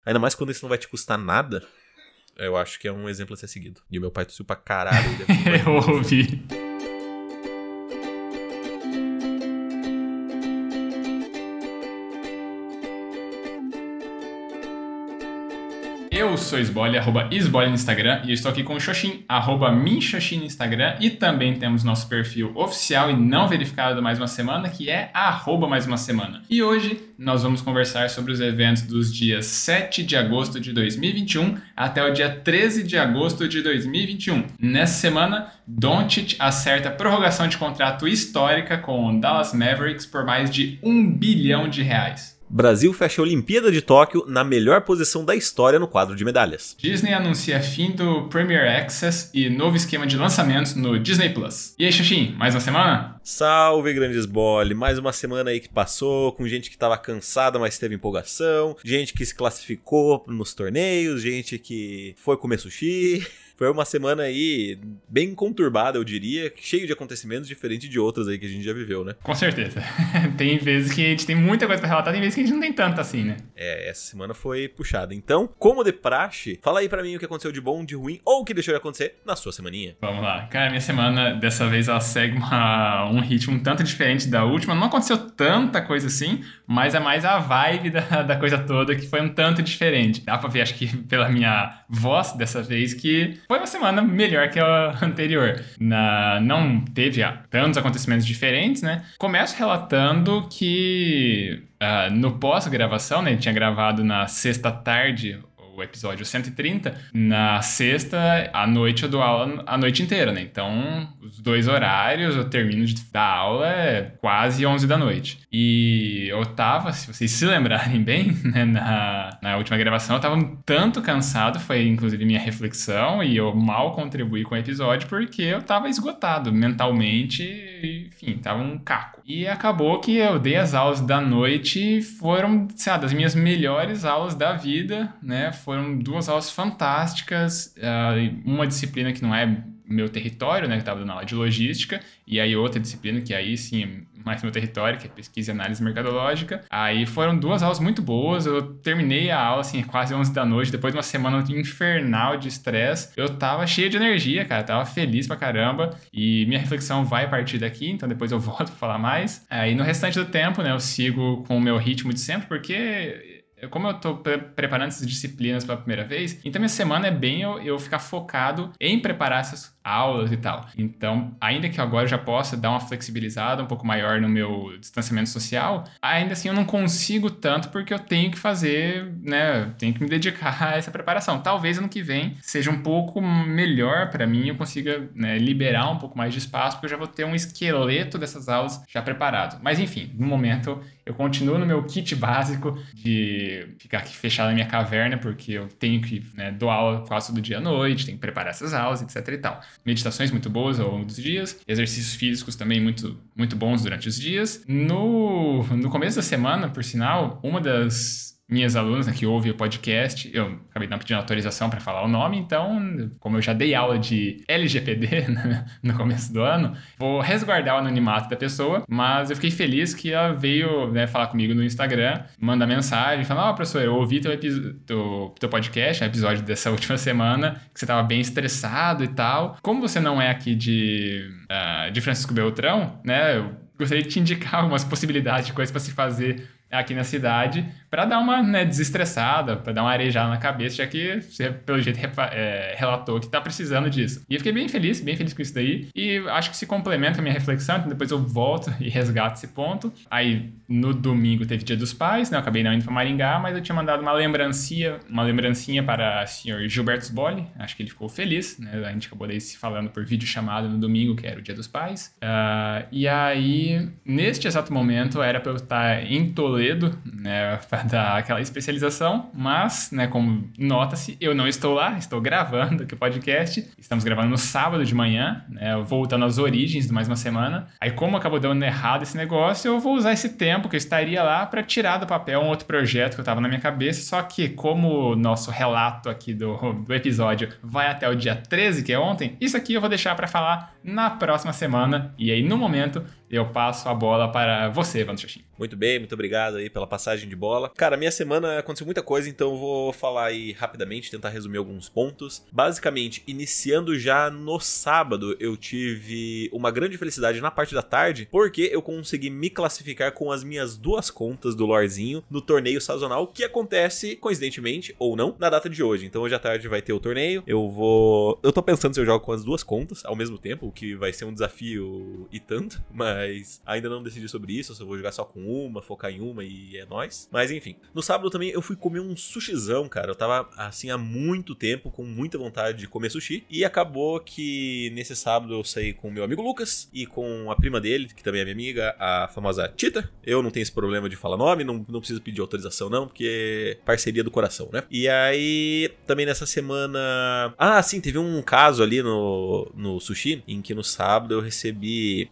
Ainda mais quando isso não vai te custar nada, eu acho que é um exemplo a ser seguido. E o meu pai tossiu pra caralho. Eu ouvi. Eu sou Isbole, @Isbole no Instagram, e eu estou aqui com o Xoxin, @minxoxin no Instagram, e também temos nosso perfil oficial e não verificado do Mais Uma Semana, que é @Mais Uma Semana. E hoje nós vamos conversar sobre os eventos dos dias 7 de agosto de 2021 até o dia 13 de agosto de 2021. Nessa semana, Doncic acerta a prorrogação de contrato histórica com o Dallas Mavericks por mais de R$1 bilhão. Brasil fecha a Olimpíada de Tóquio na melhor posição da história no quadro de medalhas. Disney anuncia fim do Premier Access e novo esquema de lançamentos no Disney Plus. E aí, Xoxin, mais uma semana? Salve, grandes Bole! Mais uma semana aí que passou, com gente que tava cansada, mas teve empolgação, gente que se classificou nos torneios, gente que foi comer sushi. Foi uma semana aí bem conturbada, eu diria, cheio de acontecimentos, diferente de outras aí que a gente já viveu, né? Com certeza. Tem vezes que a gente tem muita coisa pra relatar, tem vezes que a gente não tem tanta assim, né? Essa semana foi puxada. Então, como de praxe, fala aí pra mim o que aconteceu de bom, de ruim, ou o que deixou de acontecer na sua semaninha. Vamos lá. Cara, minha semana, dessa vez, ela segue um ritmo um tanto diferente da última. Não aconteceu tanta coisa assim, mas é mais a vibe da coisa toda que foi um tanto diferente. Dá pra ver, acho que pela minha voz dessa vez, que foi uma semana melhor que a anterior. Não teve tantos acontecimentos diferentes, né? Começo relatando que no pós-gravação, né? Ele tinha gravado na sexta tarde o episódio 130, na sexta, à noite eu dou aula a noite inteira, né? Então, os dois horários, eu termino de dar aula quase 11 da noite. E eu tava, se vocês se lembrarem bem, né, na última gravação, eu tava um tanto cansado, foi inclusive minha reflexão, e eu mal contribuí com o episódio porque eu tava esgotado mentalmente, enfim, tava um caco. E acabou que eu dei as aulas da noite e foram, sei lá, das minhas melhores aulas da vida, né? Foram 2 aulas fantásticas, uma disciplina que não é meu território, né, que estava dando aula de logística, e aí outra disciplina que aí sim é mais meu território, que é pesquisa e análise mercadológica. Aí foram 2 aulas muito boas, eu terminei a aula assim quase 11 da noite, depois de uma semana infernal de estresse, eu tava cheio de energia, cara, tava feliz pra caramba, e minha reflexão vai partir daqui, então depois eu volto pra falar mais. Aí no restante do tempo, né, eu sigo com o meu ritmo de sempre, porque como eu tô preparando essas disciplinas pela primeira vez, então minha semana é bem eu ficar focado em preparar essas aulas e tal. Então, ainda que agora eu já possa dar uma flexibilizada um pouco maior no meu distanciamento social, ainda assim eu não consigo tanto porque eu tenho que fazer, né, tenho que me dedicar a essa preparação. Talvez ano que vem seja um pouco melhor pra mim, eu consiga, né, liberar um pouco mais de espaço, porque eu já vou ter um esqueleto dessas aulas já preparado. Mas enfim, no momento eu continuo no meu kit básico de ficar aqui fechado na minha caverna, porque eu tenho que, né, dar aula quase todo dia à noite, tenho que preparar essas aulas, etc e tal. Meditações muito boas ao longo dos dias, exercícios físicos também muito, muito bons durante os dias. No começo da semana, por sinal, uma das minhas alunas, né, que ouve o podcast, eu acabei não pedindo autorização para falar o nome, então, como eu já dei aula de LGPD no começo do ano, vou resguardar o anonimato da pessoa, mas eu fiquei feliz que ela veio, né, falar comigo no Instagram, mandar mensagem, falar, professor, eu ouvi teu podcast, o episódio dessa última semana, que você estava bem estressado e tal. Como você não é aqui de Francisco Beltrão, né, eu gostaria de te indicar algumas possibilidades de coisas para se fazer aqui na cidade, para dar uma, né, desestressada, para dar uma arejada na cabeça, já que você, pelo jeito, relatou que tá precisando disso. E eu fiquei bem feliz com isso daí, e acho que se complementa a minha reflexão, então depois eu volto e resgato esse ponto. Aí, no domingo, teve Dia dos Pais, né, eu acabei não indo para Maringá, mas eu tinha mandado uma lembrancinha para o senhor Gilberto Sbole, acho que ele ficou feliz, né, a gente acabou daí se falando por videochamada no domingo, que era o Dia dos Pais. E aí, neste exato momento, era para eu estar em Toledo, né, para dar aquela especialização, mas, né, como nota-se, eu não estou lá, estou gravando aqui o podcast, estamos gravando no sábado de manhã, né, voltando às origens de mais uma semana. Aí, como acabou dando errado esse negócio, eu vou usar esse tempo que eu estaria lá para tirar do papel um outro projeto que eu estava na minha cabeça, só que como o nosso relato aqui do episódio vai até o dia 13, que é ontem, isso aqui eu vou deixar para falar na próxima semana, e aí, no momento, eu passo a bola para você, Evandro Xoxin. Muito bem, muito obrigado aí pela passagem de bola. Cara, minha semana aconteceu muita coisa, então eu vou falar aí rapidamente, tentar resumir alguns pontos. Basicamente, iniciando já no sábado, eu tive uma grande felicidade na parte da tarde, porque eu consegui me classificar com as minhas 2 contas do LoRzinho no torneio sazonal, que acontece, coincidentemente, ou não, na data de hoje. Então hoje à tarde vai ter o torneio, eu tô pensando se eu jogo com as 2 contas ao mesmo tempo, o que vai ser um desafio e tanto, mas ainda não decidi sobre isso, se eu vou jogar só com uma, focar em uma e é nóis. Mas enfim, no sábado também eu fui comer um sushizão, cara. Eu tava assim há muito tempo com muita vontade de comer sushi e acabou que nesse sábado eu saí com o meu amigo Lucas e com a prima dele, que também é minha amiga, a famosa Tita. Eu não tenho esse problema de falar nome, não preciso pedir autorização não, porque é parceria do coração, né? E aí, também nessa semana... Ah, sim, teve um caso ali no sushi, em que no sábado eu recebi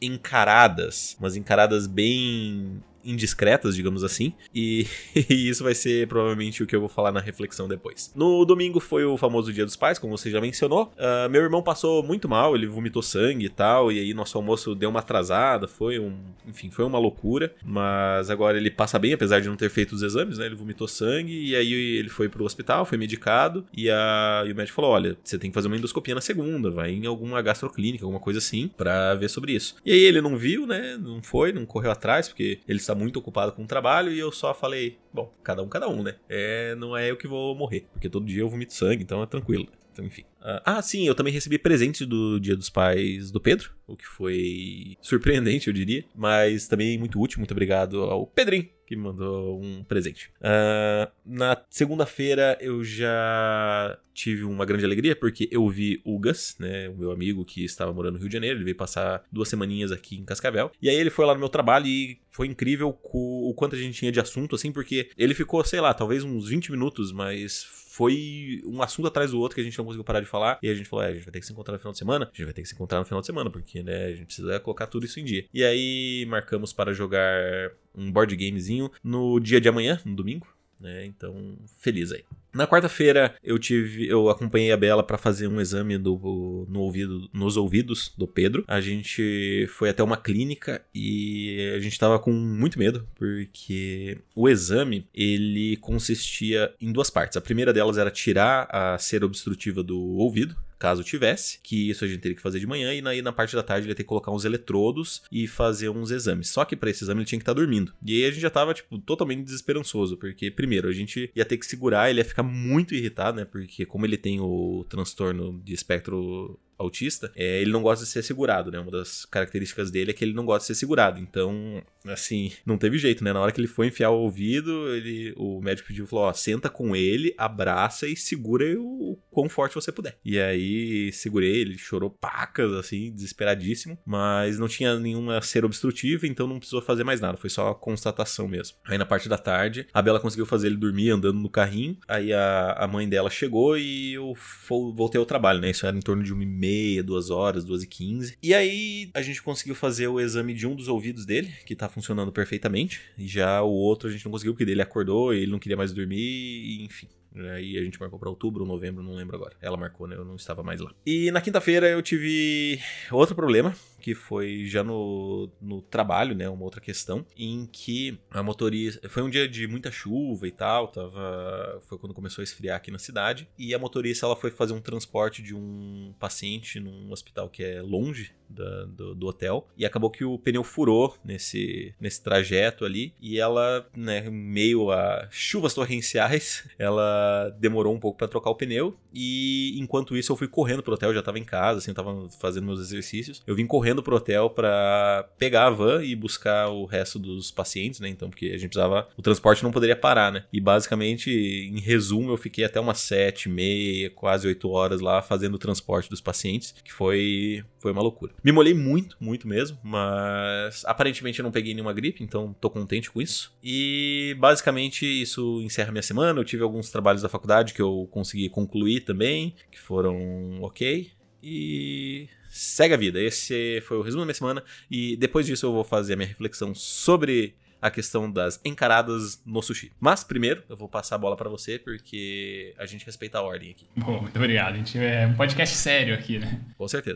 umas encaradas bem indiscretas, digamos assim, e isso vai ser provavelmente o que eu vou falar na reflexão depois. No domingo foi o famoso Dia dos Pais, como você já mencionou. Meu irmão passou muito mal, ele vomitou sangue e tal, e aí nosso almoço deu uma atrasada, foi uma loucura, mas agora ele passa bem, apesar de não ter feito os exames, né? Ele vomitou sangue, e aí ele foi pro hospital, foi medicado, e o médico falou, olha, você tem que fazer uma endoscopia na segunda, vai em alguma gastroclínica, alguma coisa assim, pra ver sobre isso. E aí ele não viu, né? Não correu atrás, porque ele está muito ocupado com o trabalho, e eu só falei, bom, cada um, né? Não é eu que vou morrer, porque todo dia eu vomito sangue, então é tranquilo. Então, enfim. Sim, eu também recebi presente do Dia dos Pais do Pedro, o que foi surpreendente, eu diria, mas também muito útil. Muito obrigado ao Pedrinho, que me mandou um presente. Na segunda-feira eu já tive uma grande alegria, porque eu vi o Gus, né, o meu amigo que estava morando no Rio de Janeiro. Ele veio passar 2 semaninhas aqui em Cascavel, e aí ele foi lá no meu trabalho e foi incrível o quanto a gente tinha de assunto, assim, porque ele ficou, sei lá, talvez uns 20 minutos, mas foi um assunto atrás do outro que a gente não conseguiu parar de falar, e a gente falou, a gente vai ter que se encontrar no final de semana, porque, né, a gente precisa colocar tudo isso em dia. E aí marcamos para jogar um board gamezinho no dia de amanhã, no domingo, né, então feliz aí. Na quarta-feira eu acompanhei a Bela para fazer um exame nos ouvidos do Pedro. A gente foi até uma clínica e a gente tava com muito medo, porque o exame, ele consistia em 2 partes. A primeira delas era tirar a cera obstrutiva do ouvido, caso tivesse, que isso a gente teria que fazer de manhã, e aí na parte da tarde ele ia ter que colocar uns eletrodos e fazer uns exames. Só que pra esse exame ele tinha que estar dormindo. E aí a gente já tava, totalmente desesperançoso, porque primeiro a gente ia ter que segurar, ele ia ficar muito irritado, né, porque como ele tem o transtorno de espectro autista, ele não gosta de ser segurado, né? Uma das características dele é que ele não gosta de ser segurado. Então, assim, não teve jeito, né? Na hora que ele foi enfiar o ouvido, o médico falou, ó, senta com ele, abraça e segura o quão forte você puder. E aí, segurei, ele chorou pacas, assim, desesperadíssimo, mas não tinha nenhuma cera obstrutiva, então não precisou fazer mais nada, foi só a constatação mesmo. Aí na parte da tarde, a Bela conseguiu fazer ele dormir andando no carrinho, aí a mãe dela chegou e eu voltei ao trabalho, né? Isso era em torno de 1h30, 2 horas, 2h15. E aí a gente conseguiu fazer o exame de um dos ouvidos dele, que tá funcionando perfeitamente. E já o outro a gente não conseguiu, porque ele acordou e ele não queria mais dormir, e enfim. Aí a gente marcou pra outubro ou novembro, não lembro agora. Ela marcou, né? Eu não estava mais lá. E na quinta-feira eu tive outro problema, que foi já no trabalho, né? Uma outra questão, em que a motorista... Foi um dia de muita chuva e tal, foi quando começou a esfriar aqui na cidade. E a motorista, ela foi fazer um transporte de um paciente num hospital que é longe do hotel. E acabou que o pneu furou nesse trajeto ali. E ela, né, meio a chuvas torrenciais, ela demorou um pouco pra trocar o pneu. E enquanto isso eu fui correndo pro hotel, eu já tava em casa, assim, eu tava fazendo meus exercícios. Eu vim correndo pro hotel pra pegar a van e buscar o resto dos pacientes, né? Então, porque a gente precisava... O transporte não poderia parar, né? E basicamente, em resumo, eu fiquei até umas 7h30, quase 8 horas lá fazendo o transporte dos pacientes, que foi uma loucura. Me molhei muito, muito mesmo, mas aparentemente eu não peguei nenhuma gripe, então tô contente com isso. E basicamente isso encerra minha semana. Eu tive alguns trabalhos da faculdade que eu consegui concluir também, que foram ok. E segue a vida. Esse foi o resumo da minha semana. E depois disso eu vou fazer a minha reflexão sobre a questão das encaradas no sushi. Mas primeiro, eu vou passar a bola pra você, porque a gente respeita a ordem aqui. Bom, muito obrigado. A gente é um podcast sério aqui, né? Com certeza.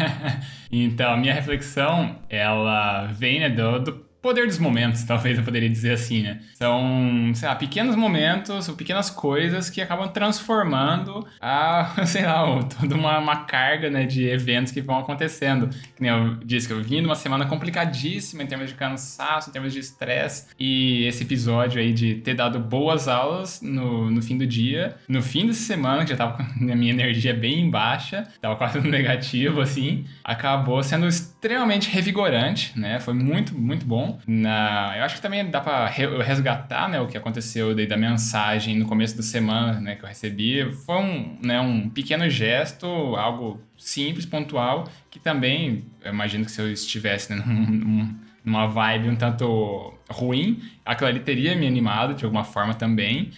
Então, a minha reflexão, ela vem, né, do poder dos momentos, talvez eu poderia dizer assim, né? São, sei lá, pequenos momentos ou pequenas coisas que acabam transformando sei lá, toda uma carga, né, de eventos que vão acontecendo. Que nem eu disse que eu vim de uma semana complicadíssima em termos de cansaço, em termos de estresse, e esse episódio aí de ter dado boas aulas no fim do dia, no fim dessa semana, que já tava com a minha energia bem baixa, tava quase no negativo, assim, acabou sendo extremamente revigorante, né? Foi muito, muito bom. Eu acho que também dá pra resgatar, né, o que aconteceu daí da mensagem no começo da semana, né, que eu recebi. Foi um pequeno gesto, algo simples, pontual, que também, eu imagino que se eu estivesse, né, numa vibe um tanto ruim, aquilo ali teria me animado de alguma forma também.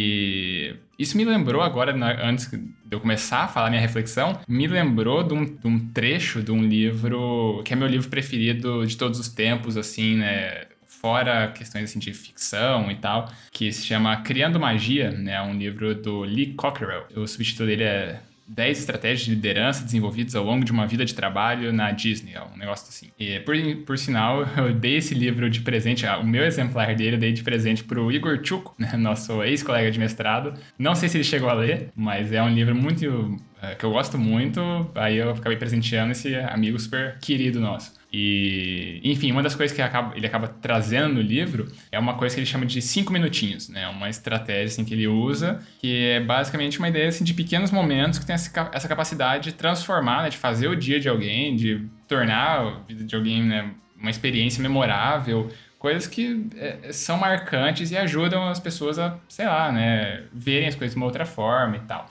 E isso me lembrou agora, antes de eu começar a falar minha reflexão, me lembrou de um trecho de um livro que é meu livro preferido de todos os tempos, assim, né? Fora questões assim, de ficção e tal, que se chama Criando Magia, né? Um livro do Lee Cockerell. O subtítulo dele é 10 estratégias de liderança desenvolvidas ao longo de uma vida de trabalho na Disney, um negócio assim. E, por sinal, eu dei esse livro de presente, o meu exemplar dele eu dei de presente pro Igor Chuco, né, nosso ex-colega de mestrado. Não sei se ele chegou a ler, mas é um livro muito que eu gosto muito, aí eu acabei presenteando esse amigo super querido nosso. E, enfim, uma das coisas que ele acaba trazendo no livro é uma coisa que ele chama de 5 minutinhos, né? Uma estratégia assim, que ele usa, que é basicamente uma ideia assim, de pequenos momentos que tem essa capacidade de transformar, né? De fazer o dia de alguém, de tornar a vida de alguém, né, uma experiência memorável, coisas que são marcantes e ajudam as pessoas a, sei lá, né, verem as coisas de uma outra forma e tal.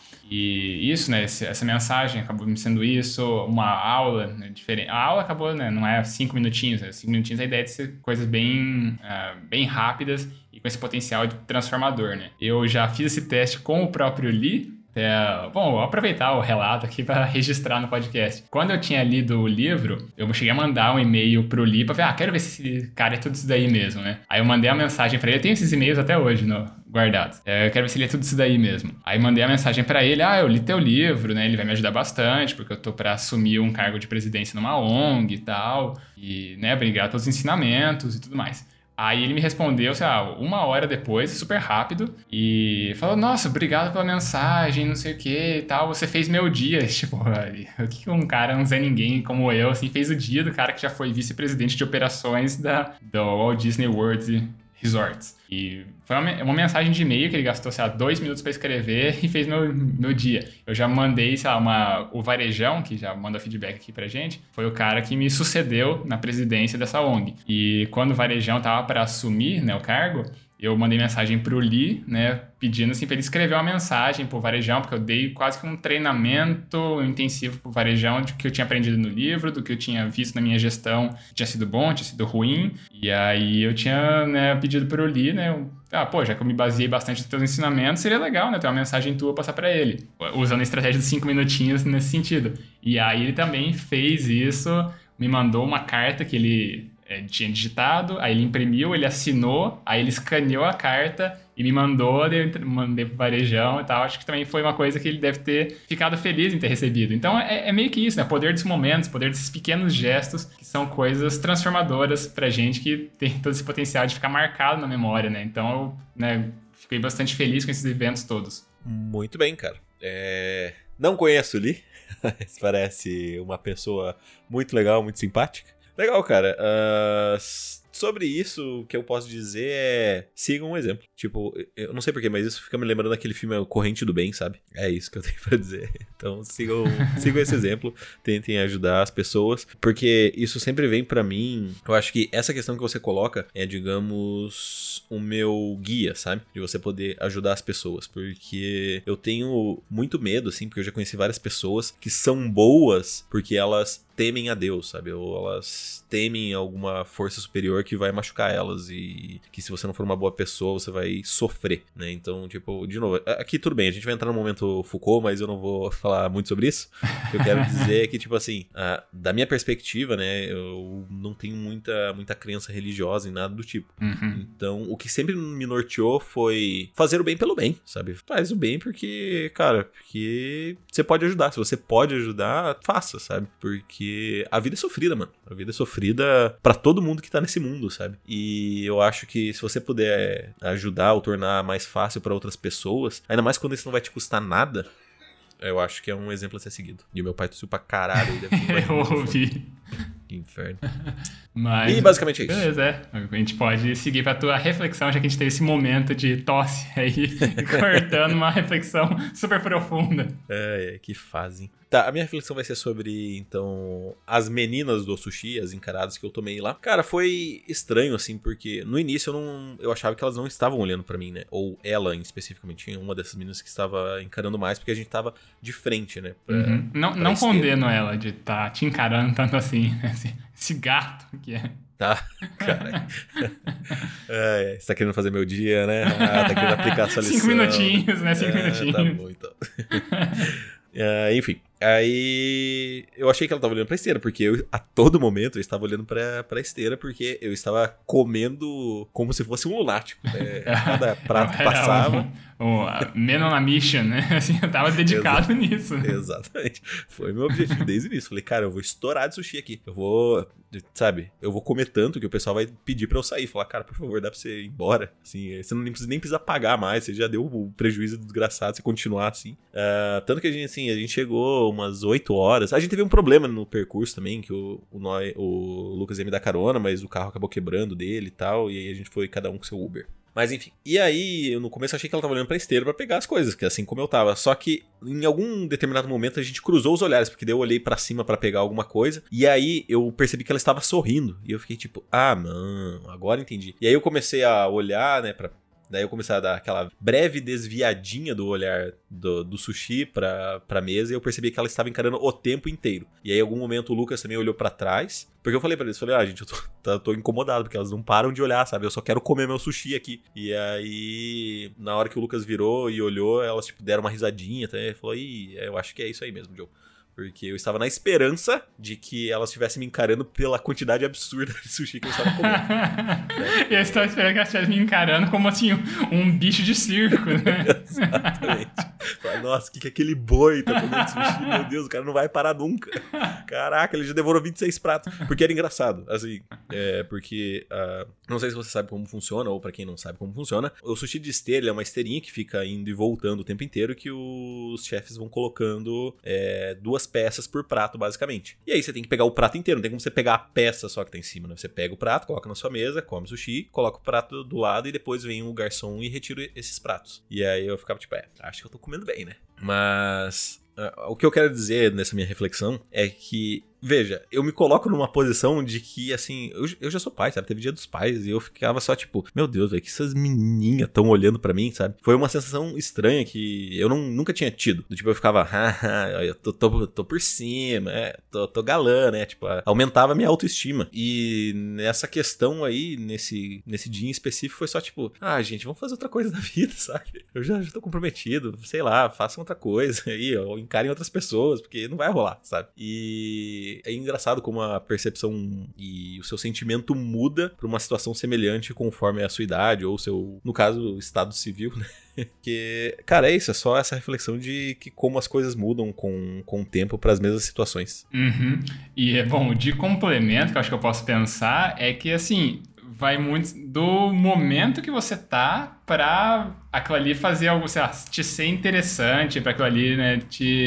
E isso, né, essa mensagem acabou me sendo isso, uma aula, né, diferente. A aula acabou, né, não é 5 minutinhos, 5 minutinhos é a ideia de ser coisas bem rápidas e com esse potencial de transformador, né. Eu já fiz esse teste com o próprio Lee. Bom, vou aproveitar o relato aqui para registrar no podcast. Quando eu tinha lido o livro, eu cheguei a mandar um e-mail pro Lee pra ver, quero ver se esse cara é tudo isso daí mesmo, né? Aí eu mandei a mensagem pra ele, eu tenho esses e-mails até hoje guardados. Eu quero ver se ele é tudo isso daí mesmo. Aí mandei a mensagem pra ele, eu li teu livro, né? Ele vai me ajudar bastante, porque eu tô pra assumir um cargo de presidência numa ONG e tal. E, né, obrigado pelos ensinamentos e tudo mais. Aí ele me respondeu, sei lá, 1 hora depois, super rápido, e falou, nossa, obrigado pela mensagem, não sei o que e tal, você fez meu dia. Tipo, o que um cara, não Zé Ninguém como eu, assim, fez o dia do cara que já foi vice-presidente de operações do Walt Disney World Resorts. E foi uma mensagem de e-mail que ele gastou, sei lá, 2 minutos para escrever e fez meu dia. Eu já mandei, sei lá, o Varejão, que já manda feedback aqui pra gente, foi o cara que me sucedeu na presidência dessa ONG. E quando o Varejão tava para assumir, né, o cargo, eu mandei mensagem pro Lee, né, pedindo assim pra ele escrever uma mensagem pro Varejão, porque eu dei quase que um treinamento intensivo pro Varejão do que eu tinha aprendido no livro, do que eu tinha visto na minha gestão, tinha sido bom, tinha sido ruim, e aí eu tinha, né, pedido pro Lee, né, já que eu me baseei bastante nos teus ensinamentos, seria legal, né, ter uma mensagem tua passar pra ele, usando a estratégia dos 5 minutinhos nesse sentido. E aí ele também fez isso, me mandou uma carta que ele tinha digitado, aí ele imprimiu, ele assinou, aí ele escaneou a carta e me mandou, eu mandei pro Varejão e tal. Acho que também foi uma coisa que ele deve ter ficado feliz em ter recebido. Então é meio que isso, né? Poder dos momentos, poder desses pequenos gestos, que são coisas transformadoras pra gente, que tem todo esse potencial de ficar marcado na memória, né? Então eu, né, fiquei bastante feliz com esses eventos todos. Muito bem, cara. Não conheço o Lee, mas parece uma pessoa muito legal, muito simpática. Legal, cara. Sobre isso, o que eu posso dizer é... sigam um exemplo. Tipo, eu não sei porquê, mas isso fica me lembrando daquele filme Corrente do Bem, sabe? É isso que eu tenho pra dizer. Então, sigam esse exemplo. Tentem ajudar as pessoas. Porque isso sempre vem pra mim... Eu acho que essa questão que você coloca é, digamos, o meu guia, sabe? De você poder ajudar as pessoas. Porque eu tenho muito medo, assim, porque eu já conheci várias pessoas que são boas porque elas temem a Deus, sabe? Ou elas temem alguma força superior dor que vai machucar elas e que se você não for uma boa pessoa, você vai sofrer, né? Então, tipo, de novo, aqui tudo bem, a gente vai entrar no momento Foucault, mas eu não vou falar muito sobre isso. O que eu quero dizer é que, tipo assim, da minha perspectiva, né, eu não tenho muita crença religiosa em nada do tipo. Então, o que sempre me norteou foi fazer o bem pelo bem, sabe? Faz o bem porque, cara, porque você pode ajudar. Se você pode ajudar, faça, sabe? Porque a vida é sofrida, mano. A vida é sofrida pra todo mundo que tá nesse mundo, sabe? E eu acho que se você puder ajudar ou tornar mais fácil pra outras pessoas, ainda mais quando isso não vai te custar nada, eu acho que é um exemplo a ser seguido. E o meu pai tossiu pra caralho. Eu ouvi. Que inferno. Mas, e basicamente é isso. Beleza, a gente pode seguir pra tua reflexão, já que a gente teve esse momento de tosse aí, cortando uma reflexão super profunda. Que fazem. Tá, a minha reflexão vai ser sobre, então, as meninas do sushi, as encaradas que eu tomei lá. Cara, foi estranho, assim, porque no início eu achava que elas não estavam olhando pra mim, né? Ou ela, especificamente, tinha uma dessas meninas que estava encarando mais, porque a gente tava de frente, né? Não condeno ela de estar te encarando tanto assim, né? Esse gato que é. Tá, cara. Você tá querendo fazer meu dia, né? Tá querendo aplicar a sua lição. 5 minutinhos, né? 5 minutinhos. Tá bom, então. Enfim, aí eu achei que ela tava olhando pra esteira, porque a todo momento eu estava olhando pra esteira, porque eu estava comendo como se fosse um lunático, né? Cada prato que passava... Men on a mission, né? Assim, eu tava dedicado nisso. Exatamente. Foi meu objetivo desde o início. Falei, cara, eu vou estourar de sushi aqui. Eu vou comer tanto que o pessoal vai pedir pra eu sair. Falar, cara, por favor, dá pra você ir embora. Assim, você nem precisa pagar mais. Você já deu o prejuízo desgraçado se continuar assim. Tanto que a gente chegou umas 8 horas. A gente teve um problema no percurso também, que o Lucas ia me dar carona, mas o carro acabou quebrando dele e tal. E aí a gente foi cada um com seu Uber. Mas enfim, e aí no começo eu achei que ela tava olhando pra esteira pra pegar as coisas, que assim como eu tava. Só que em algum determinado momento a gente cruzou os olhares, porque daí eu olhei pra cima pra pegar alguma coisa, e aí eu percebi que ela estava sorrindo, e eu fiquei tipo, mano, agora entendi. E aí eu comecei a olhar, né, daí eu comecei a dar aquela breve desviadinha do olhar do sushi pra mesa, e eu percebi que ela estava encarando o tempo inteiro. E aí em algum momento o Lucas também olhou pra trás, porque eu falei pra eles, gente, eu tô incomodado, porque elas não param de olhar, sabe? Eu só quero comer meu sushi aqui. E aí, na hora que o Lucas virou e olhou, elas tipo deram uma risadinha, até falou, eu acho que é isso aí mesmo, Joe. Porque eu estava na esperança de que elas estivessem me encarando pela quantidade absurda de sushi que eu estava comendo. Eu estava esperando que elas estivessem me encarando como assim, um bicho de circo, né? Exatamente. Nossa, o que é aquele boi tá comendo sushi? Meu Deus, o cara não vai parar nunca. Caraca, ele já devorou 26 pratos. Porque era engraçado, assim, porque não sei se você sabe como funciona, ou pra quem não sabe como funciona, o sushi de esteira é uma esteirinha que fica indo e voltando o tempo inteiro, que os chefes vão colocando 2 peças por prato, basicamente. E aí você tem que pegar o prato inteiro, não tem como você pegar a peça só que tá em cima, né? Você pega o prato, coloca na sua mesa, come sushi, coloca o prato do lado e depois vem o garçom e retira esses pratos. E aí eu ficava tipo, acho que eu tô comendo bem, né? Mas o que eu quero dizer nessa minha reflexão é que, veja, eu me coloco numa posição de que, assim, eu já sou pai, sabe? Teve Dia dos Pais e eu ficava só tipo, meu Deus, velho, que essas menininhas tão olhando pra mim, sabe? Foi uma sensação estranha que eu nunca tinha tido. Do tipo, eu ficava, eu tô por cima, tô galã, né? Tipo, aumentava a minha autoestima. E nessa questão aí, nesse dia em específico, foi só tipo, gente, vamos fazer outra coisa da vida, sabe? Eu já tô comprometido, sei lá, façam outra coisa aí, ou encarem outras pessoas, porque não vai rolar, sabe? E é engraçado como a percepção e o seu sentimento muda pra uma situação semelhante conforme a sua idade ou seu, no caso, estado civil, né? Que, cara, é isso, é só essa reflexão de que como as coisas mudam com o tempo para as mesmas situações. Uhum. E, bom, de complemento que eu acho que eu posso pensar é que, assim, vai muito do momento que você tá pra aquilo ali fazer algo, sei lá, te ser interessante, pra aquilo ali, né,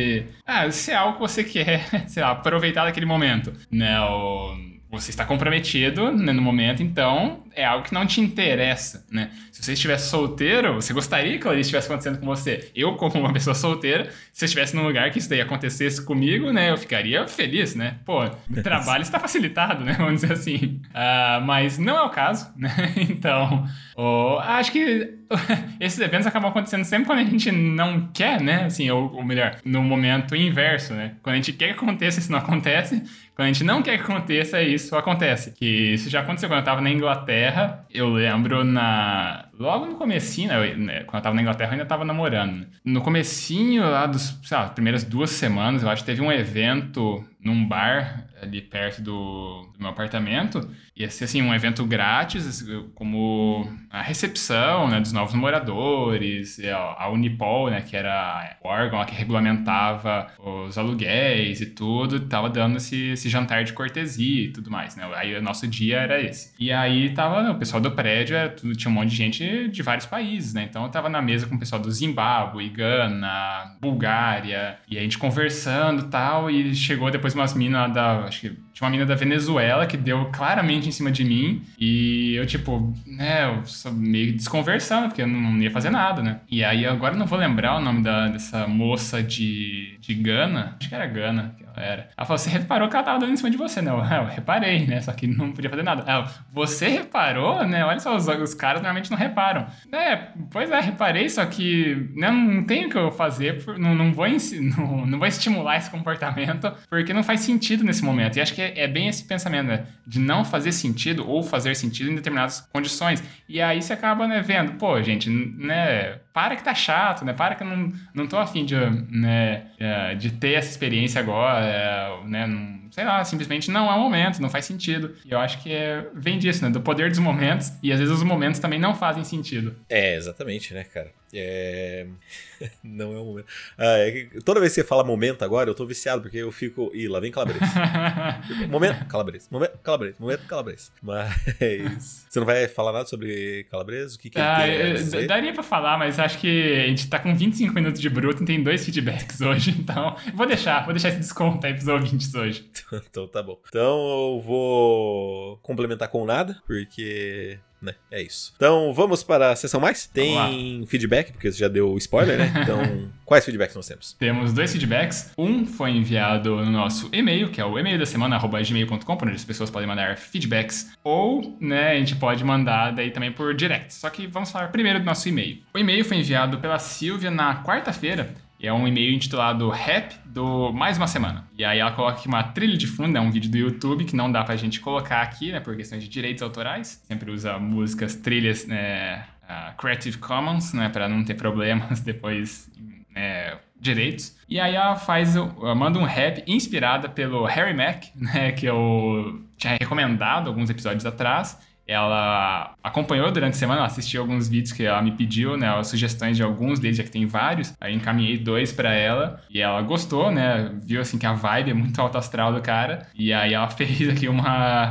ser algo que você quer, sei lá, aproveitar daquele momento, né, você está comprometido, né, no momento, então é algo que não te interessa, né? Se você estivesse solteiro, você gostaria que aquilo ali estivesse acontecendo com você. Eu, como uma pessoa solteira, se eu estivesse num lugar que isso daí acontecesse comigo, né, eu ficaria feliz, né? Pô, o trabalho está facilitado, né? Vamos dizer assim. Mas não é o caso, né? Então, acho que esses eventos acabam acontecendo sempre quando a gente não quer, né? Assim, ou melhor, no momento inverso, né? Quando a gente quer que aconteça, isso não acontece. Quando a gente não quer que aconteça, isso acontece. Que isso já aconteceu quando eu tava na Inglaterra. Eu lembro logo no comecinho, né? Quando eu tava na Inglaterra, eu ainda tava namorando. Né? No comecinho lá das primeiras 2 semanas, eu acho que teve um evento num bar ali perto do meu apartamento. Ia ser, assim, um evento grátis, como a recepção, né, dos novos moradores, a Unipol, né, que era o órgão lá que regulamentava os aluguéis e tudo, tava dando esse jantar de cortesia e tudo mais, né? Aí o nosso dia era esse. E aí tava, né, o pessoal do prédio, tinha um monte de gente de vários países, né? Então eu tava na mesa com o pessoal do Zimbábue, Gana, Bulgária, e a gente conversando e tal, e chegou depois umas minas acho que tinha uma mina da Venezuela que deu claramente em cima de mim. E eu, tipo, né, eu só meio desconversando, porque eu não ia fazer nada, né? E aí, agora eu não vou lembrar o nome dessa moça de Gana. Acho que era Gana que ela era. Ela falou, você reparou que ela tava dando em cima de você, né? Eu reparei, né? Só que não podia fazer nada. Ela, você reparou, né? Olha só, os caras normalmente não reparam. Pois é, reparei, só que né, não tem o que eu fazer, não vou estimular esse comportamento, porque não faz sentido nesse momento. E acho que é bem esse pensamento, né? De não fazer sentido ou fazer sentido em determinadas condições. E aí você acaba, né, vendo, pô, gente, né, para que tá chato, né? Para que eu não tô afim de ter essa experiência agora, né? Sei lá, simplesmente não é o momento, não faz sentido. E eu acho que vem disso, né? Do poder dos momentos. E às vezes os momentos também não fazem sentido. Exatamente, né, cara? Não é o momento. Toda vez que você fala momento agora, eu tô viciado, porque eu fico... Ih, lá vem Calabresa. Momento Calabresa. Momento Calabresa. Momento Calabresa. Mas... Você não vai falar nada sobre Calabresa? O que ele tem a dizer? Daria pra falar, mas acho que a gente tá com 25 minutos de bruto e tem 2 feedbacks hoje, então... Vou deixar esse desconto aí pros ouvintes hoje. Então tá bom. Então eu vou complementar com nada, porque... né? É isso. Então, vamos para a sessão mais? Tem feedback, porque você já deu spoiler, né? Então, quais feedbacks nós temos? Temos 2 feedbacks. Um foi enviado no nosso e-mail, que é o e-mail da semana, @gmail.com, por onde as pessoas podem mandar feedbacks. Ou, né, a gente pode mandar daí também por direct. Só que vamos falar primeiro do nosso e-mail. O e-mail foi enviado pela Silvia na quarta-feira. É um e-mail intitulado Rap do Mais Uma Semana. E aí ela coloca aqui uma trilha de fundo, é um vídeo do YouTube que não dá pra gente colocar aqui, né, por questões de direitos autorais. Sempre usa músicas, trilhas, né, Creative Commons, né, pra não ter problemas depois, né, direitos. E aí ela manda um rap inspirada pelo Harry Mack, né, que eu tinha recomendado alguns episódios atrás. Ela acompanhou durante a semana, ela assistiu alguns vídeos que ela me pediu, né, as sugestões de alguns deles, já que tem vários. Aí encaminhei 2 pra ela e ela gostou, né, viu assim que a vibe é muito alto astral do cara. E aí ela fez aqui um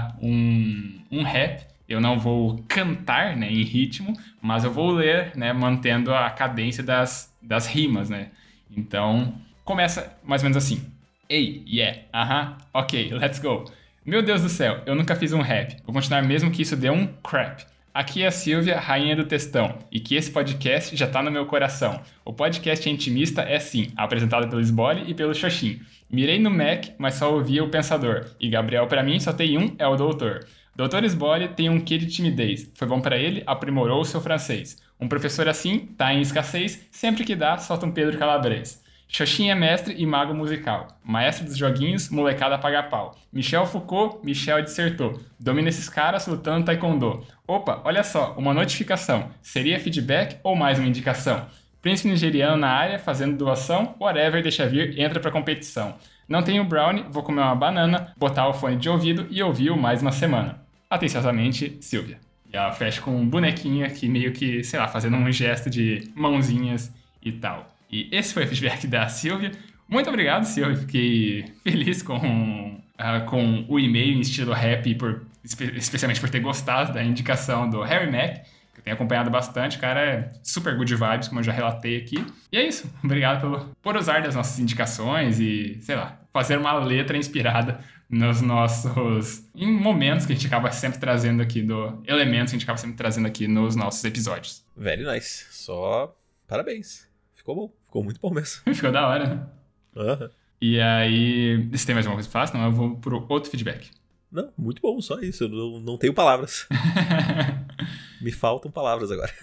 rap. Eu não vou cantar, né, em ritmo, mas eu vou ler, né, mantendo a cadência das rimas, né. Então, começa mais ou menos assim. Ei, yeah, ok, let's go. Meu Deus do céu, eu nunca fiz um rap. Vou continuar mesmo que isso dê um crap. Aqui é a Silvia, rainha do textão, e que esse podcast já tá no meu coração. O podcast intimista é sim, apresentado pelo Sbole e pelo Xoxin. Mirei no Mac, mas só ouvia o Pensador, e Gabriel pra mim só tem um, é o Doutor. Doutor Sbole tem um quê de timidez, foi bom pra ele, aprimorou o seu francês. Um professor assim, tá em escassez, sempre que dá, solta um Pedro Calabres. Xoxin é mestre e mago musical. Maestro dos joguinhos, molecada paga pau. Michel Foucault, Michel dissertou. Domina esses caras lutando taekwondo. Opa, olha só, uma notificação. Seria feedback ou mais uma indicação? Príncipe nigeriano na área, fazendo doação. Whatever, deixa vir, entra pra competição. Não tenho brownie, vou comer uma banana, botar o fone de ouvido e ouvir o mais uma semana. Atenciosamente, Silvia. E ela fecha com um bonequinho aqui, meio que, sei lá, fazendo um gesto de mãozinhas e tal. E esse foi o feedback da Silvia. Muito obrigado, Silvia. Fiquei feliz com o e-mail em estilo rap, especialmente por ter gostado da indicação do Harry Mack. que eu tenho acompanhado bastante, cara, é super good vibes, como eu já relatei aqui. E é isso. Obrigado por usar das nossas indicações e, sei lá, fazer uma letra inspirada em momentos que a gente acaba sempre trazendo aqui, elementos que a gente acaba sempre trazendo aqui nos nossos episódios. Very nice. Só parabéns. Ficou bom. Ficou muito bom mesmo. Ficou da hora, né? Aham. E aí, se tem mais alguma coisa que faço, não, eu vou pro outro feedback. Não, muito bom, só isso. Eu não tenho palavras. Me faltam palavras agora.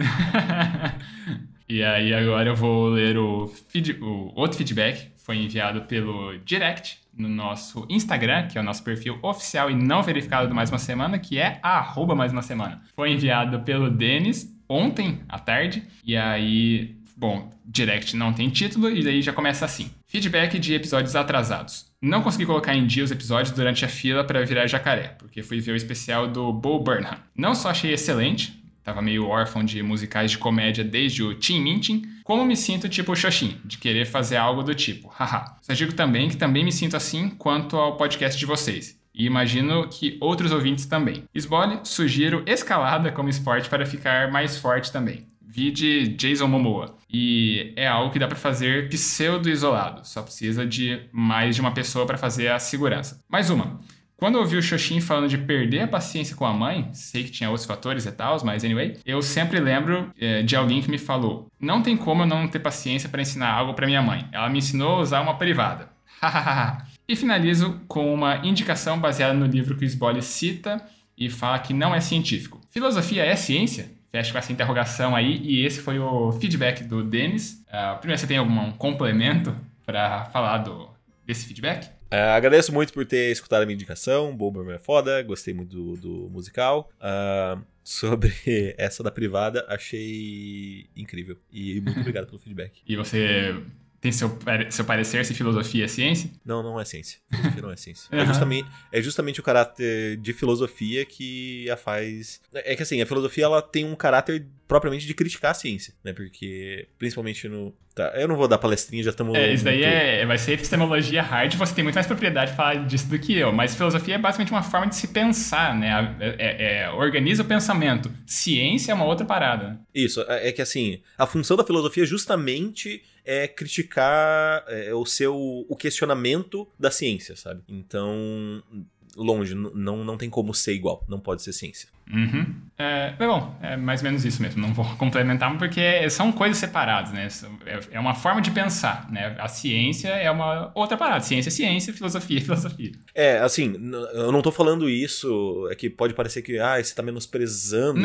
E aí agora eu vou ler o outro feedback. Foi enviado pelo direct no nosso Instagram, que é o nosso perfil oficial e não verificado do Mais Uma Semana, que é @maisumasemana. Foi enviado pelo Denis ontem à tarde. E aí, bom, direct não tem título e daí já começa assim. Feedback de episódios atrasados. Não consegui colocar em dia os episódios durante a fila para virar jacaré, porque fui ver o especial do Bo Burnham. Não só achei excelente, tava meio órfão de musicais de comédia desde o Teen Minting, como me sinto tipo o Xoxin, de querer fazer algo do tipo, haha. Só digo também que também me sinto assim quanto ao podcast de vocês. E imagino que outros ouvintes também. Esbole, sugiro escalada como esporte para ficar mais forte também. Vide Jason Momoa. E é algo que dá pra fazer pseudo-isolado. Só precisa de mais de uma pessoa pra fazer a segurança. Mais uma. Quando eu ouvi o Xoxin falando de perder a paciência com a mãe, sei que tinha outros fatores e tal, mas anyway, eu sempre lembro de alguém que me falou: não tem como eu não ter paciência pra ensinar algo pra minha mãe. Ela me ensinou a usar uma privada. E finalizo com uma indicação baseada no livro que o Esbole cita e fala que não é científico. Filosofia é ciência? Fecho com essa interrogação aí, e esse foi o feedback do Denis. Primeiro, você tem algum complemento para falar desse feedback? Agradeço muito por ter escutado a minha indicação. Boberman é foda, gostei muito do musical. Sobre essa da privada, achei incrível. E muito obrigado pelo feedback. E você tem seu parecer se filosofia é ciência? Não é ciência. Filosofia não é ciência. Uhum. É justamente o caráter de filosofia que a faz... É que assim, a filosofia ela tem um caráter propriamente de criticar a ciência, né? Porque, principalmente no... Tá, eu não vou dar palestrinha, já estamos... Isso daí vai ser epistemologia hard, você tem muito mais propriedade de falar disso do que eu, mas filosofia é basicamente uma forma de se pensar, né? Organiza o pensamento. Ciência é uma outra parada. Isso, é que assim, a função da filosofia justamente é criticar o questionamento da ciência, sabe? Então, longe, não tem como ser igual, não pode ser ciência. Uhum. Bom, é mais ou menos isso mesmo, não vou complementar, porque são coisas separadas, né? É uma forma de pensar, né? A ciência é uma outra parada, ciência é ciência, filosofia é filosofia. Assim, eu não tô falando isso, é que pode parecer que você tá menosprezando.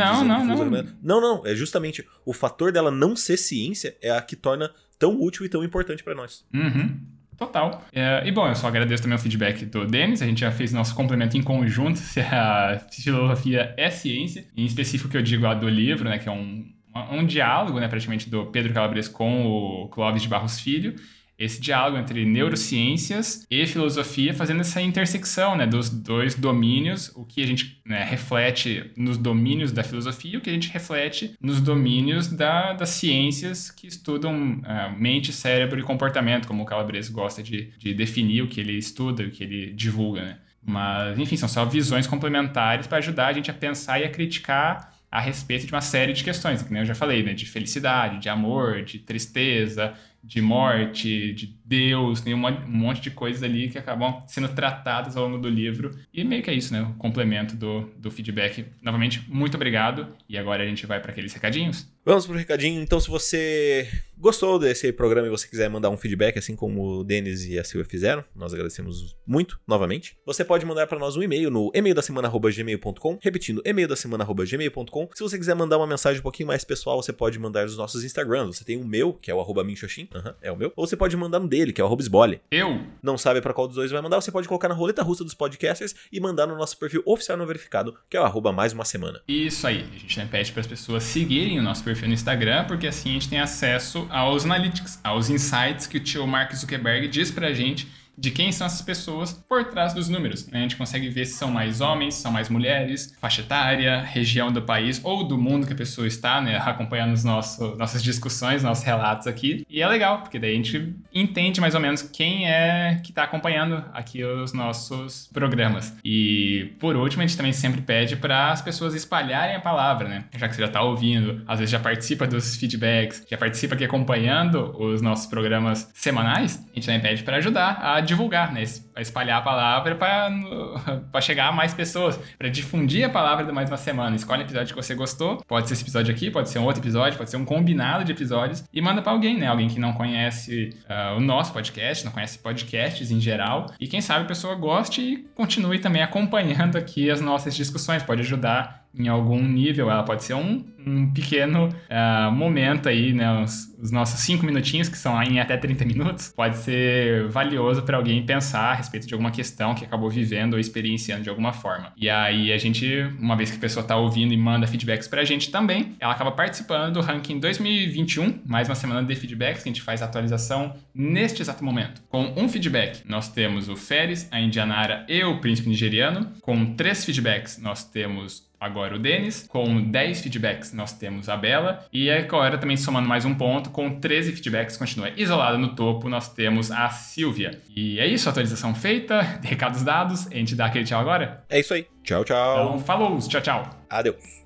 Não, é justamente o fator dela não ser ciência é a que torna tão útil e tão importante pra nós. Uhum. Total. E bom, eu só agradeço também o feedback do Denis, a gente já fez nosso complemento em conjunto, se a filosofia é ciência, em específico que eu digo do livro, né, que é um diálogo, né, praticamente do Pedro Calabres com o Clóvis de Barros Filho, esse diálogo entre neurociências e filosofia, fazendo essa intersecção, né, dos dois domínios, o que a gente, né, reflete nos domínios da filosofia e o que a gente reflete nos domínios das ciências que estudam mente, cérebro e comportamento, como o Calabres gosta de definir o que ele estuda, o que ele divulga, né? Mas, enfim, são só visões complementares para ajudar a gente a pensar e a criticar a respeito de uma série de questões, que nem eu já falei, né, de felicidade, de amor, de tristeza, de morte, de Deus, tem um monte de coisas ali que acabam sendo tratadas ao longo do livro. E meio que é isso, né? O complemento do feedback. Novamente, muito obrigado. E agora a gente vai para aqueles recadinhos. Vamos pro recadinho. Então, se você gostou desse programa e você quiser mandar um feedback, assim como o Denis e a Silvia fizeram, nós agradecemos muito, novamente. Você pode mandar para nós um e-mail no emaildasemana@gmail.com, repetindo, emaildasemana@gmail.com. Se você quiser mandar uma mensagem um pouquinho mais pessoal, você pode mandar nos nossos Instagrams. Você tem o meu, que é o @minxoxin, é o meu. Ou você pode mandar no dele, que é o @esbole. Não sabe para qual dos dois vai mandar, você pode colocar na roleta russa dos podcasters e mandar no nosso perfil oficial não verificado, que é o @maisumasemana. Isso aí. A gente pede para as pessoas seguirem o nosso perfil no Instagram, porque assim a gente tem acesso aos analytics, aos insights que o tio Mark Zuckerberg diz pra gente de quem são essas pessoas por trás dos números, né? A gente consegue ver se são mais homens, se são mais mulheres, faixa etária, região do país ou do mundo que a pessoa está, né? Acompanhando nossas discussões, nossos relatos aqui. E é legal, porque daí a gente entende mais ou menos quem é que está acompanhando aqui os nossos programas. E, por último, a gente também sempre pede para as pessoas espalharem a palavra, né? Já que você já está ouvindo, às vezes já participa dos feedbacks, já participa aqui acompanhando os nossos programas semanais, a gente também pede para ajudar a divulgar, né? A espalhar a palavra para chegar a mais pessoas, para difundir a palavra de Mais Uma Semana. Escolhe o episódio que você gostou, pode ser esse episódio aqui, pode ser um outro episódio, pode ser um combinado de episódios, e manda para alguém, né? Alguém que não conhece o nosso podcast, não conhece podcasts em geral, e quem sabe a pessoa goste e continue também acompanhando aqui as nossas discussões, pode ajudar em algum nível, ela pode ser um pequeno momento aí, né, os nossos 5 minutinhos, que são em até 30 minutos, pode ser valioso para alguém pensar a respeito de alguma questão que acabou vivendo ou experienciando de alguma forma. E aí a gente, uma vez que a pessoa está ouvindo e manda feedbacks pra gente também, ela acaba participando do ranking 2021, mais uma semana de feedbacks, que a gente faz a atualização neste exato momento. Com um feedback, nós temos o Feres, a Indianara e o Príncipe Nigeriano. Com 3 feedbacks, nós temos agora o Denis. Com 10 feedbacks, nós temos a Bela. E agora, também somando mais um ponto, com 13 feedbacks, continua isolada no topo, nós temos a Silvia. E é isso, atualização feita, recados dados. A gente dá aquele tchau agora? É isso aí. Tchau, tchau. Então, falou, tchau, tchau. Adeus.